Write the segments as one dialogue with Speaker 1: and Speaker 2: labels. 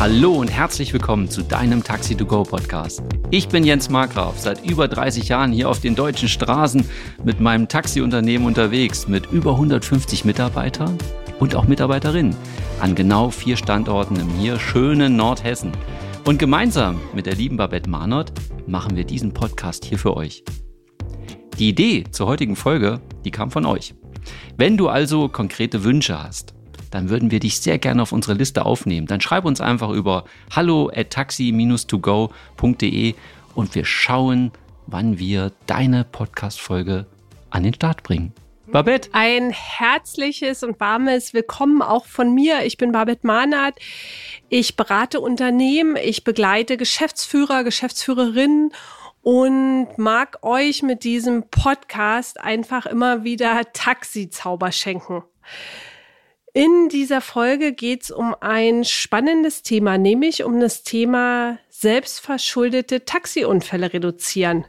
Speaker 1: Hallo und herzlich willkommen zu deinem Taxi2Go-Podcast. Ich bin Jens Markgraf, seit über 30 Jahren hier auf den deutschen Straßen mit meinem Taxiunternehmen unterwegs, mit über 150 Mitarbeitern und auch Mitarbeiterinnen an genau 4 Standorten im hier schönen Nordhessen. Und gemeinsam mit der lieben Babette Mahnert machen wir diesen Podcast hier für euch. Die Idee zur heutigen Folge, die kam von euch. Wenn du also konkrete Wünsche hast, dann würden wir dich sehr gerne auf unsere Liste aufnehmen. Dann schreib uns einfach über hallo@taxi-2go.de und wir schauen, wann wir deine Podcast-Folge an den Start bringen. Babette.
Speaker 2: Ein herzliches und warmes Willkommen auch von mir. Ich bin Babette Mahnert. Ich berate Unternehmen, ich begleite Geschäftsführer, Geschäftsführerinnen und mag euch mit diesem Podcast einfach immer wieder Taxizauber schenken. In dieser Folge geht es um ein spannendes Thema, nämlich um das Thema selbstverschuldete Taxiunfälle reduzieren.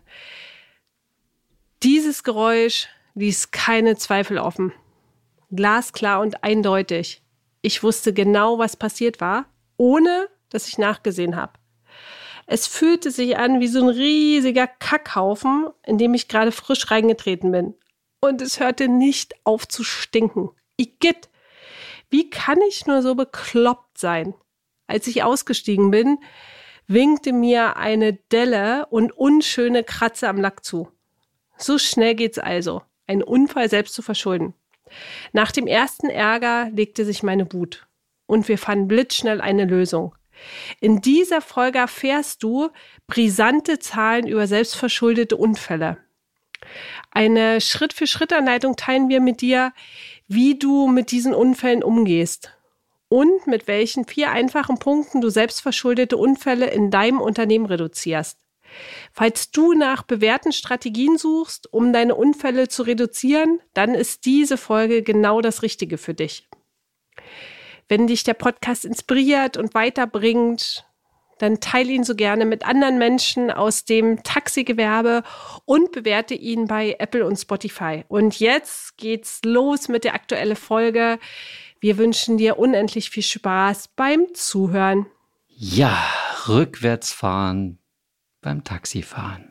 Speaker 2: Dieses Geräusch ließ keine Zweifel offen. Glasklar und eindeutig. Ich wusste genau, was passiert war, ohne dass ich nachgesehen habe. Es fühlte sich an wie so ein riesiger Kackhaufen, in dem ich gerade frisch reingetreten bin. Und es hörte nicht auf zu stinken. Igitt! Wie kann ich nur so bekloppt sein? Als ich ausgestiegen bin, winkte mir eine Delle und unschöne Kratzer am Lack zu. So schnell geht's also, einen Unfall selbst zu verschulden. Nach dem ersten Ärger legte sich meine Wut und wir fanden blitzschnell eine Lösung. In dieser Folge erfährst du brisante Zahlen über selbstverschuldete Unfälle. Eine Schritt-für-Schritt-Anleitung teilen wir mit dir, wie du mit diesen Unfällen umgehst und mit welchen 4 einfachen Punkten du selbstverschuldete Unfälle in deinem Unternehmen reduzierst. Falls du nach bewährten Strategien suchst, um deine Unfälle zu reduzieren, dann ist diese Folge genau das Richtige für dich. Wenn dich der Podcast inspiriert und weiterbringt, dann teile ihn so gerne mit anderen Menschen aus dem Taxigewerbe und bewerte ihn bei Apple und Spotify. Und jetzt geht's los mit der aktuellen Folge. Wir wünschen dir unendlich viel Spaß beim Zuhören.
Speaker 1: Ja, rückwärts fahren beim Taxifahren.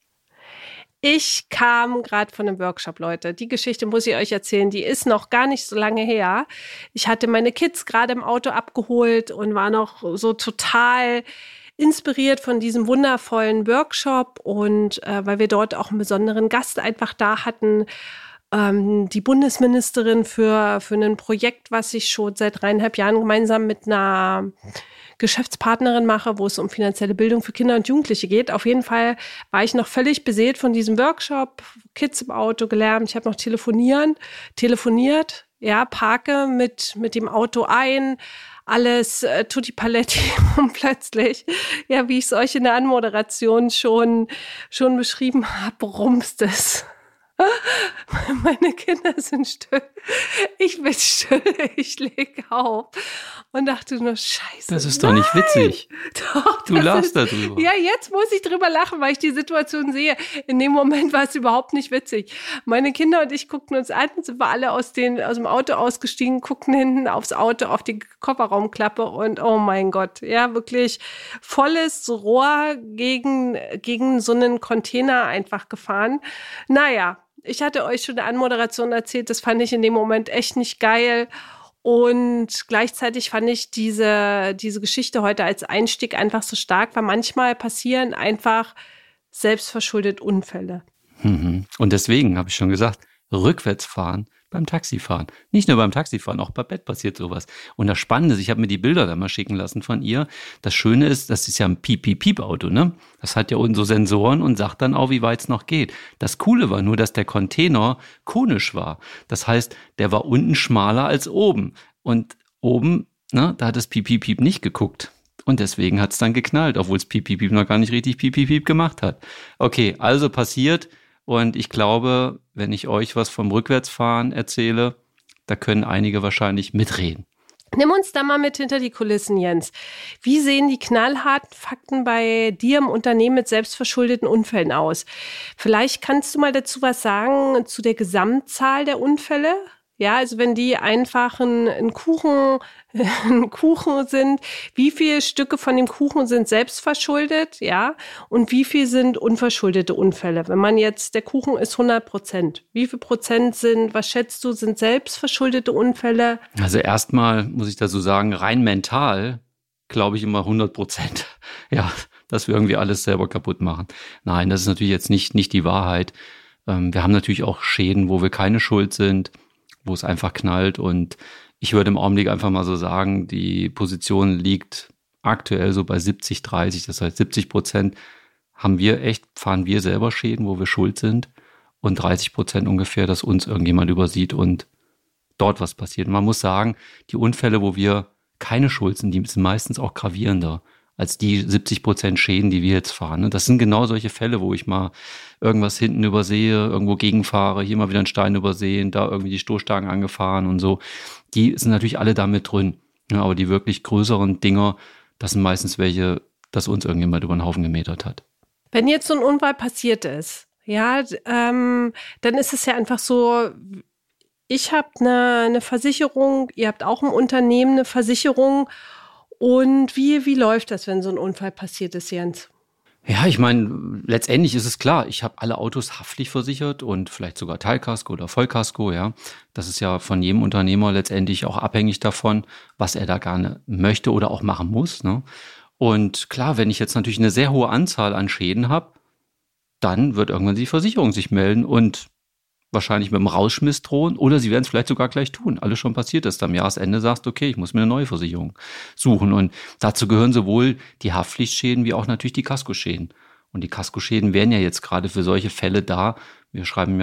Speaker 2: Ich kam gerade von einem Workshop, Leute. Die Geschichte muss ich euch erzählen. Die ist noch gar nicht so lange her. Ich hatte meine Kids gerade im Auto abgeholt und war noch so total inspiriert von diesem wundervollen Workshop. Und weil wir dort auch einen besonderen Gast einfach da hatten, die Bundesministerin für ein Projekt, was ich schon seit 3,5 Jahren gemeinsam mit einer Geschäftspartnerin mache, wo es um finanzielle Bildung für Kinder und Jugendliche geht. Auf jeden Fall war ich noch völlig beseelt von diesem Workshop, Kids im Auto gelärmt, ich habe noch telefoniert, ja, parke mit dem Auto ein, alles tutti paletti und plötzlich, ja, wie ich es euch in der Anmoderation schon beschrieben habe, rumst es. Meine Kinder sind still. Ich bin still, ich lege auf und dachte nur, scheiße.
Speaker 1: Das ist doch nicht witzig.
Speaker 2: Doch,
Speaker 1: du lachst darüber.
Speaker 2: Ja, jetzt muss ich drüber lachen, weil ich die Situation sehe. In dem Moment war es überhaupt nicht witzig. Meine Kinder und ich guckten uns an, sind wir alle aus dem Auto ausgestiegen, guckten hinten aufs Auto, auf die Kofferraumklappe und oh mein Gott, ja, wirklich volles Rohr gegen so einen Container einfach gefahren. Naja, ich hatte euch schon in der Anmoderation erzählt, das fand ich in dem Moment echt nicht geil. Und gleichzeitig fand ich diese Geschichte heute als Einstieg einfach so stark, weil manchmal passieren einfach selbstverschuldet Unfälle.
Speaker 1: Und deswegen habe ich schon gesagt, rückwärts fahren beim Taxifahren. Nicht nur beim Taxifahren, auch bei Bett passiert sowas. Und das Spannende ist, ich habe mir die Bilder da mal schicken lassen von ihr. Das Schöne ist, das ist ja ein Piep-Piep-Piep-Auto, ne? Das hat ja unten so Sensoren und sagt dann auch, wie weit es noch geht. Das Coole war nur, dass der Container konisch war. Das heißt, der war unten schmaler als oben. Und oben, ne, da hat das Piep-Piep-Piep nicht geguckt. Und deswegen hat es dann geknallt, obwohl es Piep-Piep-Piep noch gar nicht richtig Piep-Piep-Piep gemacht hat. Okay, also passiert. Und ich glaube, wenn ich euch was vom Rückwärtsfahren erzähle, da können einige wahrscheinlich mitreden.
Speaker 2: Nimm uns da mal mit hinter die Kulissen, Jens. Wie sehen die knallharten Fakten bei dir im Unternehmen mit selbstverschuldeten Unfällen aus? Vielleicht kannst du mal dazu was sagen zu der Gesamtzahl der Unfälle, Ja, also wenn die einfach ein Kuchen, ein Kuchen sind, wie viele Stücke von dem Kuchen sind selbst verschuldet, ja, und wie viel sind unverschuldete Unfälle? Wenn man jetzt, der Kuchen ist 100%, wie viel Prozent sind, was schätzt du, sind selbst verschuldete Unfälle?
Speaker 1: Also erstmal muss ich dazu sagen, rein mental glaube ich immer 100%. Ja, dass wir irgendwie alles selber kaputt machen. Nein, das ist natürlich jetzt nicht die Wahrheit. Wir haben natürlich auch Schäden, wo wir keine schuld sind, wo es einfach knallt. Und ich würde im Augenblick einfach mal so sagen, die Position liegt aktuell so bei 70-30. Das heißt, 70% fahren wir selber Schäden, wo wir schuld sind. Und 30% ungefähr, dass uns irgendjemand übersieht und dort was passiert. Und man muss sagen, die Unfälle, wo wir keine schuld sind, die sind meistens auch gravierender als die 70% Schäden, die wir jetzt fahren. Das sind genau solche Fälle, wo ich mal irgendwas hinten übersehe, irgendwo gegenfahre, hier mal wieder einen Stein übersehen, da irgendwie die Stoßstangen angefahren und so. Die sind natürlich alle damit drin. Ja, aber die wirklich größeren Dinger, das sind meistens welche, dass uns irgendjemand über den Haufen gemetert hat.
Speaker 2: Wenn jetzt so ein Unfall passiert ist, ja, dann ist es ja einfach so, ich habe eine Versicherung, ihr habt auch im Unternehmen eine Versicherung. Und wie läuft das, wenn so ein Unfall passiert ist, Jens?
Speaker 1: Ja, ich meine, letztendlich ist es klar, ich habe alle Autos haftpflichtversichert und vielleicht sogar Teilkasko oder Vollkasko, ja. Das ist ja von jedem Unternehmer letztendlich auch abhängig davon, was er da gerne möchte oder auch machen muss, ne? Und klar, wenn ich jetzt natürlich eine sehr hohe Anzahl an Schäden habe, dann wird irgendwann die Versicherung sich melden und wahrscheinlich mit dem Rausschmiss drohen oder sie werden es vielleicht sogar gleich tun. Alles schon passiert ist. Am Jahresende sagst du, okay, ich muss mir eine neue Versicherung suchen. Und dazu gehören sowohl die Haftpflichtschäden wie auch natürlich die Kaskoschäden. Und die Kaskoschäden wären ja jetzt gerade für solche Fälle da. Wir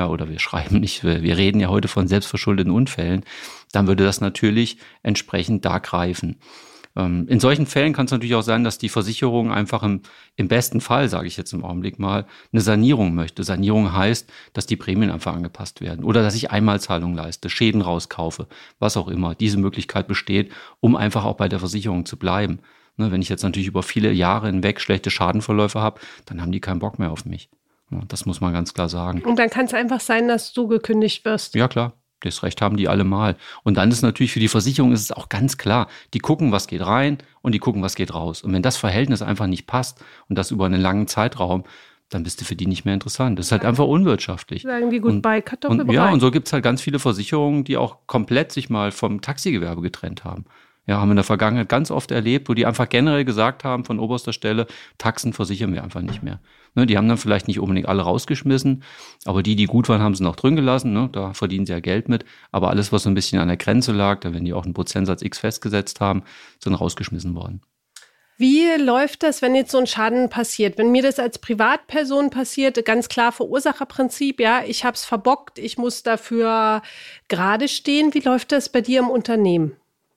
Speaker 1: reden ja heute von selbstverschuldeten Unfällen. Dann würde das natürlich entsprechend da greifen. In solchen Fällen kann es natürlich auch sein, dass die Versicherung einfach im besten Fall, sage ich jetzt im Augenblick mal, eine Sanierung möchte. Sanierung heißt, dass die Prämien einfach angepasst werden oder dass ich Einmalzahlungen leiste, Schäden rauskaufe, was auch immer. Diese Möglichkeit besteht, um einfach auch bei der Versicherung zu bleiben. Ne, wenn ich jetzt natürlich über viele Jahre hinweg schlechte Schadenverläufe habe, dann haben die keinen Bock mehr auf mich. Ja, das muss man ganz klar sagen.
Speaker 2: Und dann kann es einfach sein, dass du gekündigt wirst.
Speaker 1: Ja, klar. Das Recht haben die alle mal. Und dann ist natürlich für die Versicherung ist es auch ganz klar, die gucken, was geht rein und die gucken, was geht raus. Und wenn das Verhältnis einfach nicht passt und das über einen langen Zeitraum, dann bist du für die nicht mehr interessant. Das ist halt einfach unwirtschaftlich.
Speaker 2: Sagen die goodbye, Kartoffelbrei.
Speaker 1: Ja, und so gibt es halt ganz viele Versicherungen, die auch komplett sich mal vom Taxigewerbe getrennt haben. Ja, haben wir in der Vergangenheit ganz oft erlebt, wo die einfach generell gesagt haben von oberster Stelle, Taxen versichern wir einfach nicht mehr. Ne, die haben dann vielleicht nicht unbedingt alle rausgeschmissen, aber die gut waren, haben sie noch drin gelassen. Ne, da verdienen sie ja Geld mit. Aber alles, was so ein bisschen an der Grenze lag, da wenn die auch einen Prozentsatz X festgesetzt haben, sind rausgeschmissen worden.
Speaker 2: Wie läuft das, wenn jetzt so ein Schaden passiert? Wenn mir das als Privatperson passiert, ganz klar Verursacherprinzip, ja, ich habe es verbockt, ich muss dafür gerade stehen. Wie läuft das bei dir im Unternehmen?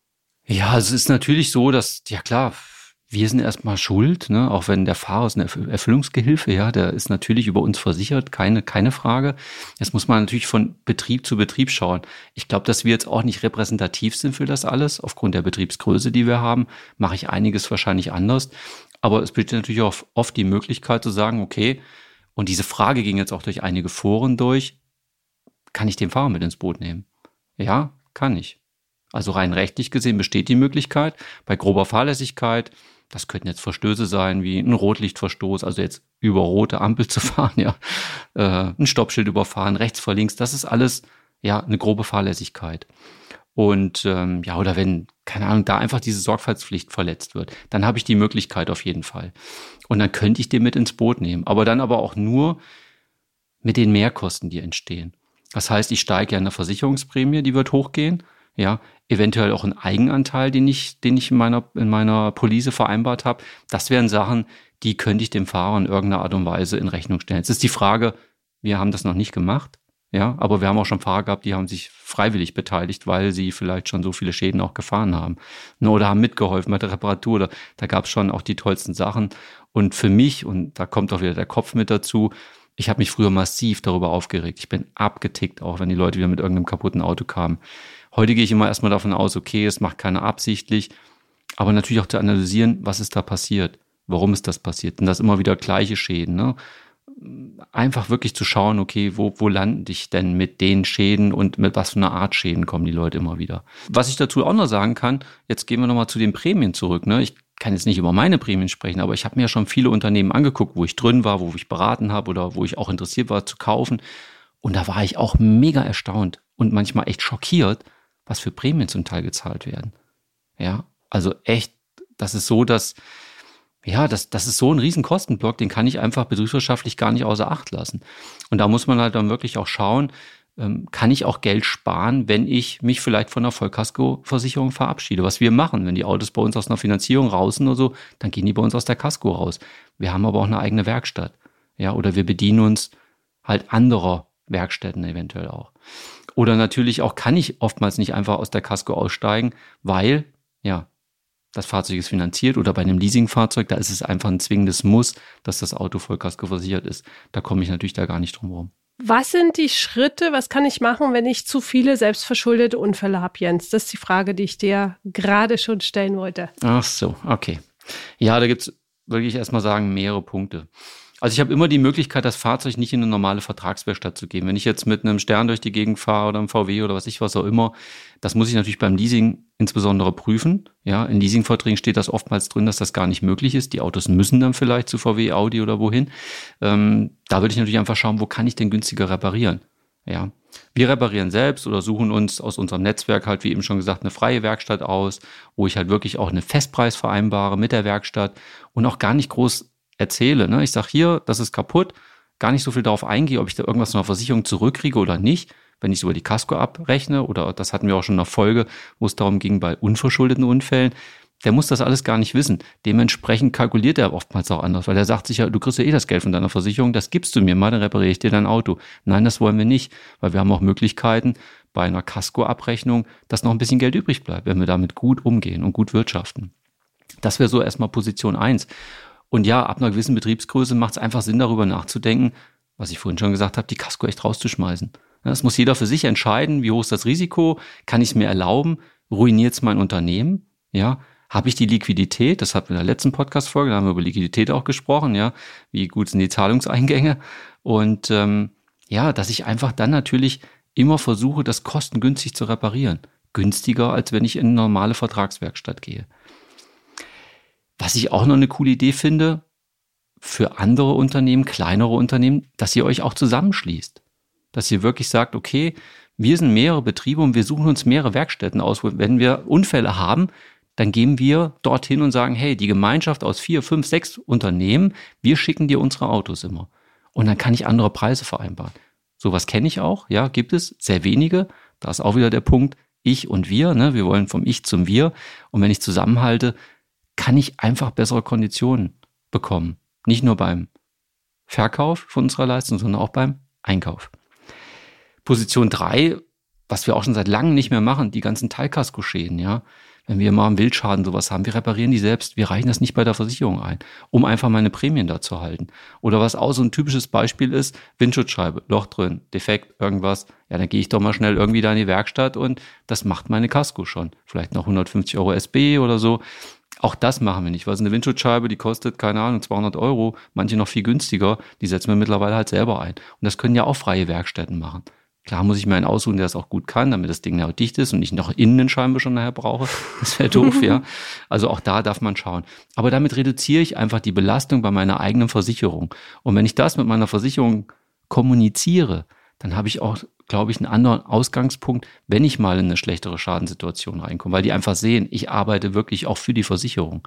Speaker 1: Ja, es ist natürlich so, dass, ja klar, wir sind erstmal schuld, ne? Auch wenn der Fahrer ist eine Erfüllungsgehilfe, ja, der ist natürlich über uns versichert, keine Frage. Jetzt muss man natürlich von Betrieb zu Betrieb schauen. Ich glaube, dass wir jetzt auch nicht repräsentativ sind für das alles. Aufgrund der Betriebsgröße, die wir haben, mache ich einiges wahrscheinlich anders. Aber es besteht natürlich auch oft die Möglichkeit zu sagen, okay, und diese Frage ging jetzt auch durch einige Foren durch, kann ich den Fahrer mit ins Boot nehmen? Ja, kann ich. Also rein rechtlich gesehen besteht die Möglichkeit, bei grober Fahrlässigkeit, das könnten jetzt Verstöße sein, wie ein Rotlichtverstoß, also jetzt über rote Ampel zu fahren, ja, ein Stoppschild überfahren, rechts vor links, das ist alles ja eine grobe Fahrlässigkeit. Und ja, oder wenn, keine Ahnung, da einfach diese Sorgfaltspflicht verletzt wird, dann habe ich die Möglichkeit auf jeden Fall. Und dann könnte ich den mit ins Boot nehmen, aber dann aber auch nur mit den Mehrkosten, die entstehen. Das heißt, ich steige ja in der Versicherungsprämie, die wird hochgehen. Ja, eventuell auch ein Eigenanteil, den ich in meiner Police vereinbart habe. Das wären Sachen, die könnte ich dem Fahrer in irgendeiner Art und Weise in Rechnung stellen. Jetzt ist die Frage, wir haben das noch nicht gemacht, ja, aber wir haben auch schon Fahrer gehabt, die haben sich freiwillig beteiligt, weil sie vielleicht schon so viele Schäden auch gefahren haben. Oder haben mitgeholfen bei der Reparatur. Da gab es schon auch die tollsten Sachen. Und für mich, und da kommt auch wieder der Kopf mit dazu, ich habe mich früher massiv darüber aufgeregt. Ich bin abgetickt, auch wenn die Leute wieder mit irgendeinem kaputten Auto kamen. Heute gehe ich immer erstmal davon aus, okay, es macht keiner absichtlich, aber natürlich auch zu analysieren, was ist da passiert, warum ist das passiert. Und das immer wieder gleiche Schäden, ne? einfach wirklich zu schauen, okay, wo lande ich denn mit den Schäden und mit was für einer Art Schäden kommen die Leute immer wieder. Was ich dazu auch noch sagen kann, jetzt gehen wir nochmal zu den Prämien zurück. Ne? Ich kann jetzt nicht über meine Prämien sprechen, aber ich habe mir ja schon viele Unternehmen angeguckt, wo ich drin war, wo ich beraten habe oder wo ich auch interessiert war zu kaufen. Und da war ich auch mega erstaunt und manchmal echt schockiert, was für Prämien zum Teil gezahlt werden. Ja, also echt, das ist so, dass das ist so ein riesen Kostenblock, den kann ich einfach betriebswirtschaftlich gar nicht außer Acht lassen. Und da muss man halt dann wirklich auch schauen, kann ich auch Geld sparen, wenn ich mich vielleicht von einer Vollkaskoversicherung verabschiede. Was wir machen, wenn die Autos bei uns aus einer Finanzierung raus sind oder so, dann gehen die bei uns aus der Kasko raus. Wir haben aber auch eine eigene Werkstatt. Ja, oder wir bedienen uns halt anderer Werkstätten eventuell auch. Oder natürlich auch kann ich oftmals nicht einfach aus der Kasko aussteigen, weil, das Fahrzeug ist finanziert oder bei einem Leasingfahrzeug, da ist es einfach ein zwingendes Muss, dass das Auto Vollkasko versichert ist. Da komme ich natürlich da gar nicht drum herum.
Speaker 2: Was sind die Schritte, was kann ich machen, wenn ich zu viele selbstverschuldete Unfälle habe, Jens? Das ist die Frage, die ich dir gerade schon stellen wollte.
Speaker 1: Ach so, okay. Ja, da gibt es wirklich erstmal sagen mehrere Punkte. Also ich habe immer die Möglichkeit, das Fahrzeug nicht in eine normale Vertragswerkstatt zu geben. Wenn ich jetzt mit einem Stern durch die Gegend fahre oder einem VW oder was auch immer, das muss ich natürlich beim Leasing insbesondere prüfen. Ja, in Leasingverträgen steht das oftmals drin, dass das gar nicht möglich ist. Die Autos müssen dann vielleicht zu VW, Audi oder wohin. Da würde ich natürlich einfach schauen, wo kann ich denn günstiger reparieren? Ja, wir reparieren selbst oder suchen uns aus unserem Netzwerk halt, wie eben schon gesagt, eine freie Werkstatt aus, wo ich halt wirklich auch einen Festpreis vereinbare mit der Werkstatt und auch gar nicht groß erzähle. Ne? Ich sage hier, das ist kaputt, gar nicht so viel darauf eingehe, ob ich da irgendwas von der Versicherung zurückkriege oder nicht, wenn ich es über die Kasko abrechne, oder das hatten wir auch schon in der Folge, wo es darum ging bei unverschuldeten Unfällen, der muss das alles gar nicht wissen. Dementsprechend kalkuliert er oftmals auch anders, weil er sagt sich ja, du kriegst ja eh das Geld von deiner Versicherung, das gibst du mir mal, dann repariere ich dir dein Auto. Nein, das wollen wir nicht, weil wir haben auch Möglichkeiten bei einer Kasko-Abrechnung, dass noch ein bisschen Geld übrig bleibt, wenn wir damit gut umgehen und gut wirtschaften. Das wäre so erstmal Position 1. Und ja, ab einer gewissen Betriebsgröße macht es einfach Sinn, darüber nachzudenken, was ich vorhin schon gesagt habe, die Kasko echt rauszuschmeißen. Das muss jeder für sich entscheiden, wie hoch ist das Risiko, kann ich es mir erlauben, ruiniert es mein Unternehmen, ja, habe ich die Liquidität, das hatten wir in der letzten Podcast-Folge, da haben wir über Liquidität auch gesprochen, ja, wie gut sind die Zahlungseingänge und dass ich einfach dann natürlich immer versuche, das kostengünstig zu reparieren. Günstiger, als wenn ich in eine normale Vertragswerkstatt gehe. Was ich auch noch eine coole Idee finde, für andere Unternehmen, kleinere Unternehmen, dass ihr euch auch zusammenschließt. Dass ihr wirklich sagt, okay, wir sind mehrere Betriebe und wir suchen uns mehrere Werkstätten aus. Wenn wir Unfälle haben, dann gehen wir dorthin und sagen, hey, die Gemeinschaft aus 4, 5, 6 Unternehmen, wir schicken dir unsere Autos immer. Und dann kann ich andere Preise vereinbaren. Sowas kenne ich auch, ja, gibt es sehr wenige. Da ist auch wieder der Punkt, ich und wir, ne? Wir wollen vom Ich zum Wir. Und wenn ich zusammenhalte, kann ich einfach bessere Konditionen bekommen. Nicht nur beim Verkauf von unserer Leistung, sondern auch beim Einkauf. Position 3, was wir auch schon seit langem nicht mehr machen, die ganzen Teilkaskoschäden, ja. Wenn wir mal einen Wildschaden sowas haben, wir reparieren die selbst, wir reichen das nicht bei der Versicherung ein, um einfach meine Prämien da zu halten. Oder was auch so ein typisches Beispiel ist, Windschutzscheibe, Loch drin, defekt, irgendwas, ja, dann gehe ich doch mal schnell irgendwie da in die Werkstatt und das macht meine Kasko schon. Vielleicht noch 150 € SB oder so. Auch das machen wir nicht, weil so eine Windschutzscheibe, die kostet, keine Ahnung, 200 €, manche noch viel günstiger, die setzen wir mittlerweile halt selber ein. Und das können ja auch freie Werkstätten machen. Klar muss ich mir einen aussuchen, der das auch gut kann, damit das Ding nachher dicht ist und ich noch innen den Scheinwischer nachher brauche. Das wäre doof, ja. Also auch da darf man schauen. Aber damit reduziere ich einfach die Belastung bei meiner eigenen Versicherung. Und wenn ich das mit meiner Versicherung kommuniziere, dann habe ich auch, glaube ich, einen anderen Ausgangspunkt, wenn ich mal in eine schlechtere Schadenssituation reinkomme, weil die einfach sehen, ich arbeite wirklich auch für die Versicherung.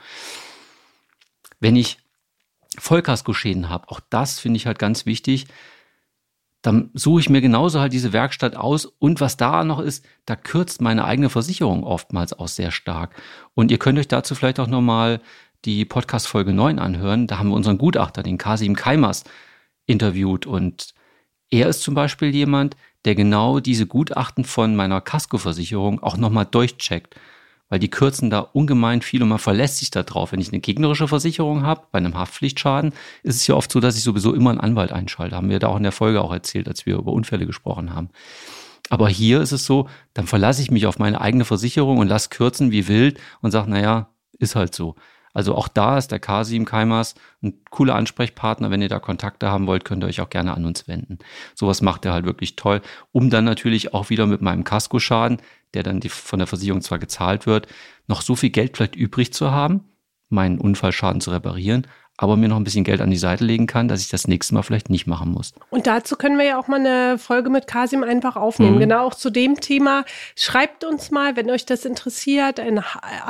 Speaker 1: Wenn ich Vollkaskoschäden habe, auch das finde ich halt ganz wichtig, dann suche ich mir genauso halt diese Werkstatt aus und was da noch ist, da kürzt meine eigene Versicherung oftmals auch sehr stark. Und ihr könnt euch dazu vielleicht auch nochmal die Podcast-Folge 9 anhören, da haben wir unseren Gutachter, den Kasim Kaimers, interviewt und er ist zum Beispiel jemand, der genau diese Gutachten von meiner Kaskoversicherung auch nochmal durchcheckt, weil die kürzen da ungemein viel und man verlässt sich da drauf. Wenn ich eine gegnerische Versicherung habe, bei einem Haftpflichtschaden, ist es ja oft so, dass ich sowieso immer einen Anwalt einschalte. Haben wir da auch in der Folge auch erzählt, als wir über Unfälle gesprochen haben. Aber hier ist es so, dann verlasse ich mich auf meine eigene Versicherung und lasse kürzen wie wild und sage, naja, ist halt so. Also auch da ist der Kasim Kaimas ein cooler Ansprechpartner. Wenn ihr da Kontakte haben wollt, könnt ihr euch auch gerne an uns wenden. Sowas macht er halt wirklich toll, um dann natürlich auch wieder mit meinem Kaskoschaden, der dann von der Versicherung zwar gezahlt wird, noch so viel Geld vielleicht übrig zu haben, meinen Unfallschaden zu reparieren, aber mir noch ein bisschen Geld an die Seite legen kann, dass ich das nächste Mal vielleicht nicht machen muss.
Speaker 2: Und dazu können wir ja auch mal eine Folge mit Kasim einfach aufnehmen. Genau auch zu dem Thema. Schreibt uns mal, wenn euch das interessiert, an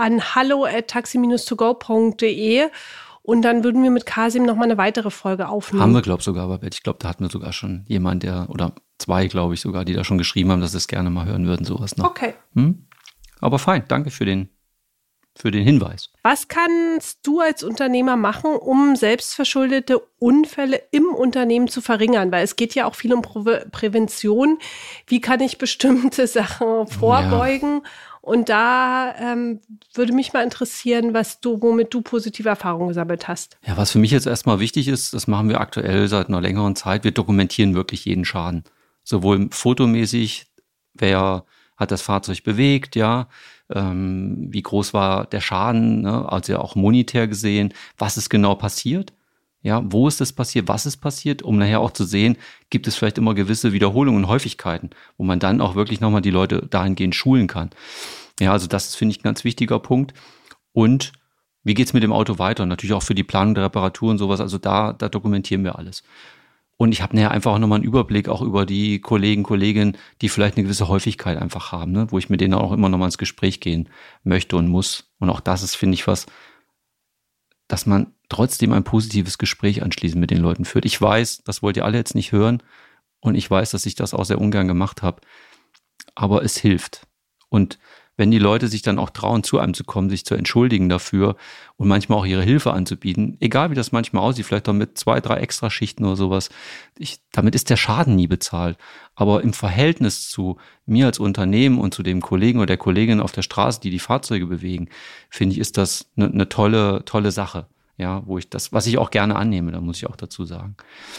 Speaker 2: hallo@taxi-togo.de und dann würden wir mit Kasim noch mal eine weitere Folge aufnehmen.
Speaker 1: Haben wir, glaube ich, sogar, aber ich glaube, da hatten wir sogar schon jemand, oder zwei, glaube ich sogar, die da schon geschrieben haben, dass sie es gerne mal hören würden, sowas noch.
Speaker 2: Okay.
Speaker 1: Aber fein, danke für den Hinweis.
Speaker 2: Was kannst du als Unternehmer machen, um selbstverschuldete Unfälle im Unternehmen zu verringern? Weil es geht ja auch viel um Prävention. Wie kann ich bestimmte Sachen vorbeugen? Ja. Und da würde mich mal interessieren, womit du positive Erfahrungen gesammelt hast.
Speaker 1: Ja, was für mich jetzt erstmal wichtig ist, das machen wir aktuell seit einer längeren Zeit, wir dokumentieren wirklich jeden Schaden. Sowohl fotomäßig, wer hat das Fahrzeug bewegt, ja, wie groß war der Schaden, ne? Also auch monetär gesehen, was ist genau passiert, ja, wo ist das passiert, was ist passiert, um nachher auch zu sehen, gibt es vielleicht immer gewisse Wiederholungen und Häufigkeiten, wo man dann auch wirklich nochmal die Leute dahingehend schulen kann. Ja, also das ist, finde ich, ein ganz wichtiger Punkt. Und wie geht's mit dem Auto weiter? Natürlich auch für die Planung der Reparatur und sowas, also da dokumentieren wir alles. Und ich habe nachher einfach auch nochmal einen Überblick auch über die Kolleginnen, die vielleicht eine gewisse Häufigkeit einfach haben, ne? Wo ich mit denen auch immer nochmal ins Gespräch gehen möchte und muss. Und auch das ist, finde ich, was, dass man trotzdem ein positives Gespräch anschließend mit den Leuten führt. Ich weiß, das wollt ihr alle jetzt nicht hören und ich weiß, dass ich das auch sehr ungern gemacht habe, aber es hilft. Und wenn die Leute sich dann auch trauen, zu einem zu kommen, sich zu entschuldigen dafür und manchmal auch ihre Hilfe anzubieten, egal wie das manchmal aussieht, vielleicht auch mit 2, 3 Extraschichten oder sowas, damit ist der Schaden nie bezahlt. Aber im Verhältnis zu mir als Unternehmen und zu dem Kollegen oder der Kollegin auf der Straße, die Fahrzeuge bewegen, finde ich, ist das eine tolle Sache, ja, was ich auch gerne annehme, da muss ich auch dazu sagen.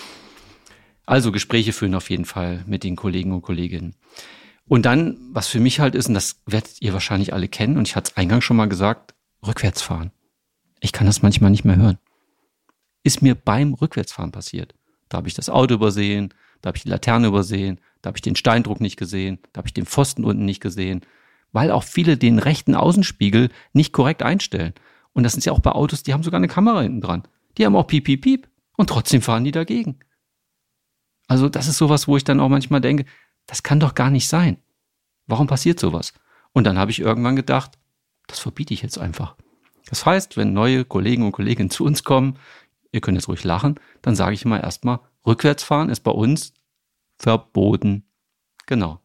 Speaker 1: Also Gespräche führen auf jeden Fall mit den Kollegen und Kolleginnen. Und dann, was für mich halt ist, und das werdet ihr wahrscheinlich alle kennen, und ich hatte es eingangs schon mal gesagt, rückwärts fahren. Ich kann das manchmal nicht mehr hören. Ist mir beim Rückwärtsfahren passiert. Da habe ich das Auto übersehen, da habe ich die Laterne übersehen, da habe ich den Steindruck nicht gesehen, da habe ich den Pfosten unten nicht gesehen, weil auch viele den rechten Außenspiegel nicht korrekt einstellen. Und das sind ja auch bei Autos, die haben sogar eine Kamera hinten dran. Die haben auch Piep, Piep, Piep und trotzdem fahren die dagegen. Also das ist sowas, wo ich dann auch manchmal denke, das kann doch gar nicht sein. Warum passiert sowas? Und dann habe ich irgendwann gedacht, das verbiete ich jetzt einfach. Das heißt, wenn neue Kollegen und Kolleginnen zu uns kommen, ihr könnt jetzt ruhig lachen, dann sage ich immer erstmal, Rückwärtsfahren ist bei uns verboten. Genau.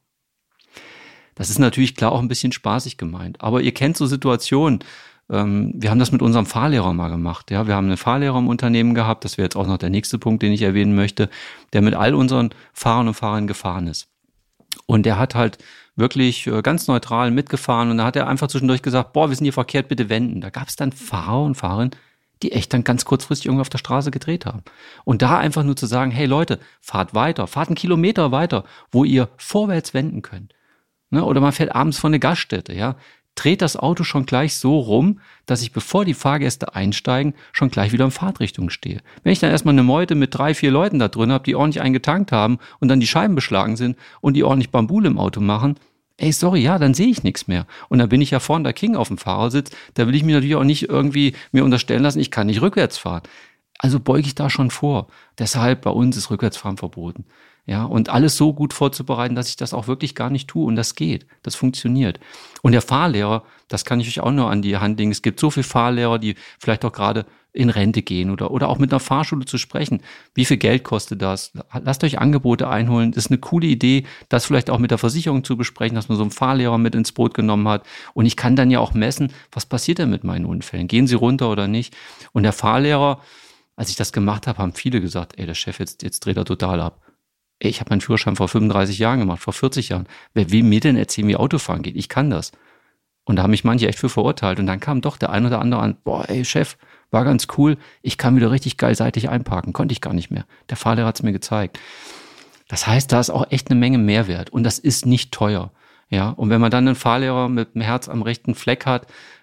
Speaker 1: Das ist natürlich klar auch ein bisschen spaßig gemeint. Aber ihr kennt so Situationen. Wir haben das mit unserem Fahrlehrer mal gemacht. Ja, wir haben einen Fahrlehrer im Unternehmen gehabt. Das wäre jetzt auch noch der nächste Punkt, den ich erwähnen möchte, der mit all unseren Fahrern und Fahrerinnen gefahren ist. Und der hat halt wirklich ganz neutral mitgefahren und da hat er einfach zwischendurch gesagt, boah, wir sind hier verkehrt, bitte wenden. Da gab es dann Fahrer und Fahrerinnen, die echt dann ganz kurzfristig irgendwie auf der Straße gedreht haben. Und da einfach nur zu sagen, hey Leute, fahrt weiter, fahrt einen Kilometer weiter, wo ihr vorwärts wenden könnt. Ne? Oder man fährt abends vor eine Gaststätte, ja. Dreht das Auto schon gleich so rum, dass ich, bevor die Fahrgäste einsteigen, schon gleich wieder in Fahrtrichtung stehe. Wenn ich dann erstmal eine Meute mit 3, 4 Leuten da drin habe, die ordentlich eingetankt haben und dann die Scheiben beschlagen sind und die ordentlich Bambule im Auto machen, ey, sorry, ja, dann sehe ich nichts mehr. Und dann bin ich ja vorne der King auf dem Fahrersitz, da will ich mir natürlich auch nicht irgendwie mir unterstellen lassen, ich kann nicht rückwärts fahren. Also beuge ich da schon vor. Deshalb bei uns ist Rückwärtsfahren verboten. Ja, und alles so gut vorzubereiten, dass ich das auch wirklich gar nicht tue. Und das geht. Das funktioniert. Und der Fahrlehrer, das kann ich euch auch nur an die Hand legen. Es gibt so viele Fahrlehrer, die vielleicht auch gerade in Rente gehen oder auch mit einer Fahrschule zu sprechen. Wie viel Geld kostet das? Lasst euch Angebote einholen. Das ist eine coole Idee, das vielleicht auch mit der Versicherung zu besprechen, dass man so einen Fahrlehrer mit ins Boot genommen hat. Und ich kann dann ja auch messen, was passiert denn mit meinen Unfällen? Gehen sie runter oder nicht? Und der Fahrlehrer, als ich das gemacht habe, haben viele gesagt, ey, der Chef, jetzt dreht er total ab. Ey, ich habe meinen Führerschein vor 35 Jahren gemacht, vor 40 Jahren. Wer will mir denn erzählen, wie Autofahren geht? Ich kann das. Und da haben mich manche echt für verurteilt. Und dann kam doch der ein oder andere an, boah, ey, Chef, war ganz cool. Ich kann wieder richtig geil seitlich einparken. Konnte ich gar nicht mehr. Der Fahrlehrer hat es mir gezeigt. Das heißt, da ist auch echt eine Menge Mehrwert. Und das ist nicht teuer. Ja, und wenn man dann einen Fahrlehrer mit dem Herz am rechten Fleck hat,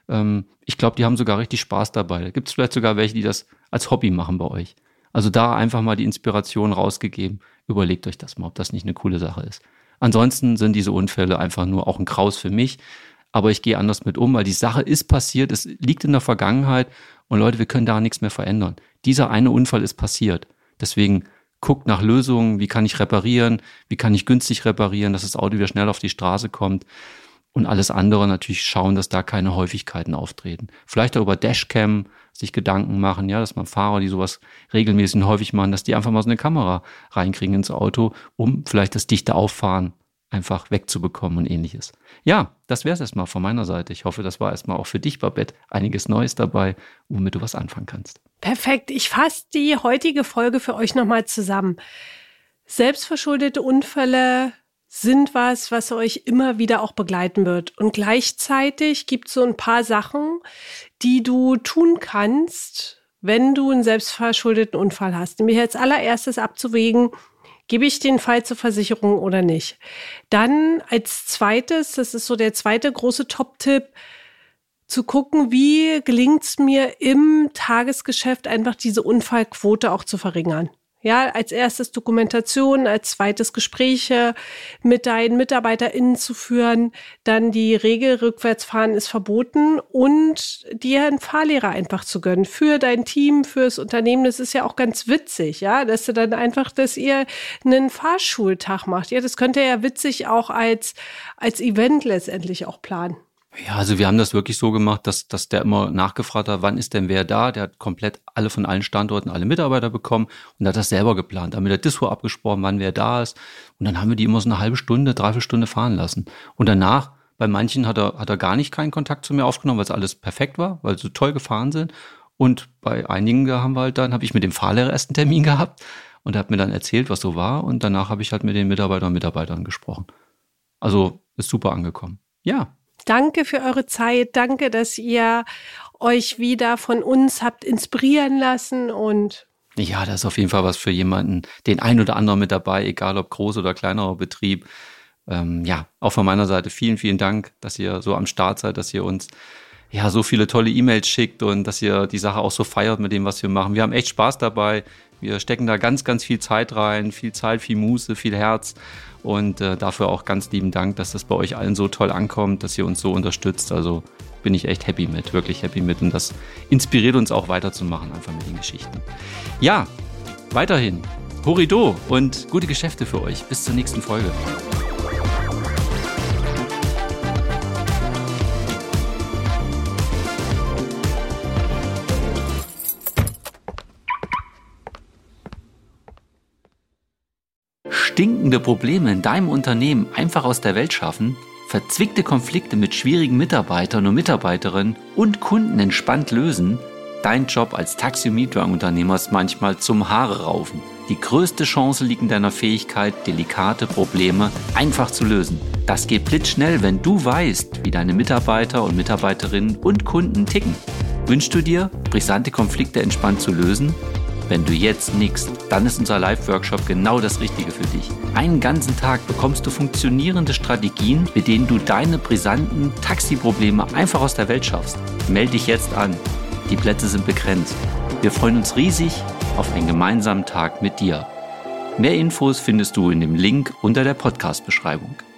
Speaker 1: Ich glaube, die haben sogar richtig Spaß dabei. Da gibt es vielleicht sogar welche, die das als Hobby machen bei euch. Also da einfach mal die Inspiration rausgegeben. Überlegt euch das mal, ob das nicht eine coole Sache ist. Ansonsten sind diese Unfälle einfach nur auch ein Graus für mich. Aber ich gehe anders mit um, weil die Sache ist passiert. Es liegt in der Vergangenheit. Und Leute, wir können da nichts mehr verändern. Dieser eine Unfall ist passiert. Deswegen guckt nach Lösungen. Wie kann ich reparieren? Wie kann ich günstig reparieren, dass das Auto wieder schnell auf die Straße kommt? Und alles andere natürlich schauen, dass da keine Häufigkeiten auftreten. Vielleicht auch über Dashcam sich Gedanken machen, ja, dass man Fahrer, die sowas regelmäßig und häufig machen, dass die einfach mal so eine Kamera reinkriegen ins Auto, um vielleicht das dichte Auffahren einfach wegzubekommen und ähnliches. Ja, das wäre es erstmal von meiner Seite. Ich hoffe, das war erstmal auch für dich, Babette, einiges Neues dabei, womit du was anfangen kannst.
Speaker 2: Perfekt. Ich fasse die heutige Folge für euch nochmal zusammen. Selbstverschuldete Unfälle sind was euch immer wieder auch begleiten wird. Und gleichzeitig gibt es so ein paar Sachen, die du tun kannst, wenn du einen selbstverschuldeten Unfall hast. Nämlich als allererstes abzuwägen, gebe ich den Fall zur Versicherung oder nicht. Dann als zweites, das ist so der zweite große Top-Tipp, zu gucken, wie gelingt es mir im Tagesgeschäft einfach diese Unfallquote auch zu verringern. Ja, als erstes Dokumentation, als zweites Gespräche mit deinen MitarbeiterInnen zu führen, dann die Regel, Rückwärtsfahren ist verboten und dir einen Fahrlehrer einfach zu gönnen für dein Team, fürs Unternehmen. Das ist ja auch ganz witzig, ja, dass du dann einfach, dass ihr einen Fahrschultag macht. Ja, das könnt ihr ja witzig auch als Event letztendlich auch planen.
Speaker 1: Ja, also wir haben das wirklich so gemacht, dass der immer nachgefragt hat, wann ist denn wer da? Der hat komplett alle von allen Standorten, alle Mitarbeiter bekommen und hat das selber geplant. Haben mit der Dispo abgesprochen, wann wer da ist. Und dann haben wir die immer so eine halbe Stunde, dreiviertel Stunde fahren lassen. Und danach, bei manchen hat er gar nicht keinen Kontakt zu mir aufgenommen, weil es alles perfekt war, weil sie so toll gefahren sind. Und bei einigen habe ich mit dem Fahrlehrer erst einen Termin gehabt und er hat mir dann erzählt, was so war. Und danach habe ich halt mit den Mitarbeitern und Mitarbeitern gesprochen. Also ist super angekommen. Ja.
Speaker 2: Danke für eure Zeit. Danke, dass ihr euch wieder von uns habt inspirieren lassen und
Speaker 1: ja, da ist auf jeden Fall was für jemanden, den ein oder anderen mit dabei, egal ob groß oder kleinerer Betrieb. Ja, auch von meiner Seite vielen, vielen Dank, dass ihr so am Start seid, dass ihr uns ja so viele tolle E-Mails schickt und dass ihr die Sache auch so feiert mit dem, was wir machen. Wir haben echt Spaß dabei. Wir stecken da ganz, ganz viel Zeit rein, viel Muße, viel Herz. Und dafür auch ganz lieben Dank, dass das bei euch allen so toll ankommt, dass ihr uns so unterstützt. Also bin ich echt wirklich happy mit. Und das inspiriert uns auch weiterzumachen, einfach mit den Geschichten. Ja, weiterhin Horrido und gute Geschäfte für euch. Bis zur nächsten Folge. Stinkende Probleme in deinem Unternehmen einfach aus der Welt schaffen, verzwickte Konflikte mit schwierigen Mitarbeitern und Mitarbeiterinnen und Kunden entspannt lösen, dein Job als Taxi- und Mietwagenunternehmer ist manchmal zum Haare raufen. Die größte Chance liegt in deiner Fähigkeit, delikate Probleme einfach zu lösen. Das geht blitzschnell, wenn du weißt, wie deine Mitarbeiter und Mitarbeiterinnen und Kunden ticken. Wünschst du dir, brisante Konflikte entspannt zu lösen? Wenn du jetzt nickst, dann ist unser Live-Workshop genau das Richtige für dich. Einen ganzen Tag bekommst du funktionierende Strategien, mit denen du deine brisanten Taxi-Probleme einfach aus der Welt schaffst. Melde dich jetzt an. Die Plätze sind begrenzt. Wir freuen uns riesig auf einen gemeinsamen Tag mit dir. Mehr Infos findest du in dem Link unter der Podcast-Beschreibung.